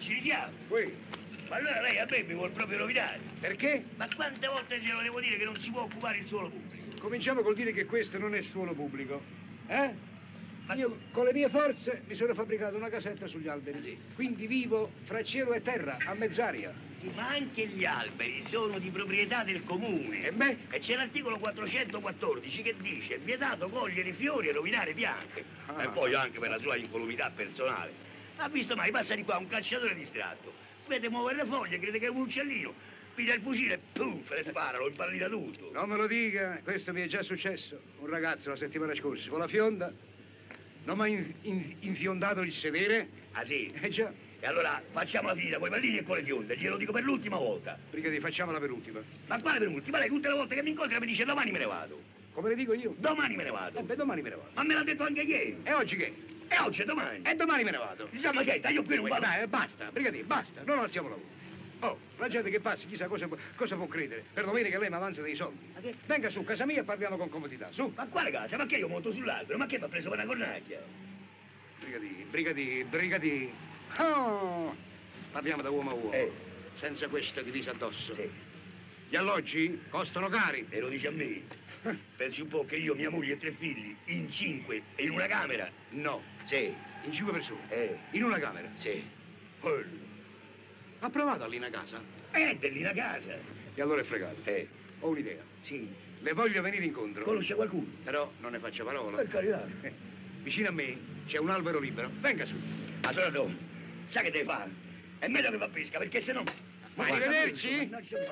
ci risiamo. Qui. Ma allora lei a me mi vuol proprio rovinare. Perché? Ma quante volte glielo devo dire che non si può occupare il suolo pubblico? Cominciamo col dire che questo non è suolo pubblico. Ma Io con le mie forze mi sono fabbricato una casetta sugli alberi. Sì. Quindi vivo fra cielo e terra, a mezz'aria. sì, ma anche gli alberi sono di proprietà del comune. E beh? E c'è l'articolo 414 che dice vietato cogliere fiori e rovinare piante. Ah. E poi anche per la sua incolumità personale. Ha visto mai, passa di qua un cacciatore distratto, vede muovere le foglie, crede che è un uccellino, piglia il fucile, puff, le spara, lo impallina tutto. Non me lo dica, questo mi è già successo. Un ragazzo la settimana scorsa con la fionda non mi ha infiondato il sedere. Ah sì? Già. E allora facciamo la finita con i pallini e con le fionde, glielo dico per l'ultima volta. Brigadiere, facciamola per ultima. Ma quale per ultima? Lei tutte le volte che mi incontra mi dice domani me ne vado. Come le dico io? Domani me ne vado. Beh, domani me ne vado. Ma me l'ha detto anche ieri. E oggi che? E oggi è domani. E domani me ne vado. Insomma, senta, io qui non vado. Dai, basta, brigadiere, basta, non alziamo la voce. Oh, la gente che passa chissà cosa può credere. Per domenica lei mi avanza dei soldi. Ma che? Venga su, casa mia e parliamo con comodità, su. Ma quale casa? Ma che io monto sull'albero? Ma che mi ha preso per una cornacchia? Brigadiere. Oh, parliamo da uomo a uomo. Senza questa divisa addosso. Sì. Gli alloggi costano cari. E lo dice a me. Pensi un po' che io, mia moglie e 3 figli, in 5 e in una camera? No, Sì. in 5 persone. In una camera. Sì. Quello. Ha provato lì una casa? È lì una casa. E allora è fregato. Ho un'idea. Sì. Le voglio venire incontro. Conosce qualcuno? Però non ne faccio parola. Per carità. Vicino a me c'è un albero libero. Venga su. Ma sono no. Sa che deve fare? È meglio che va a pesca, perché se no... Ma arrivederci. Mannaggia.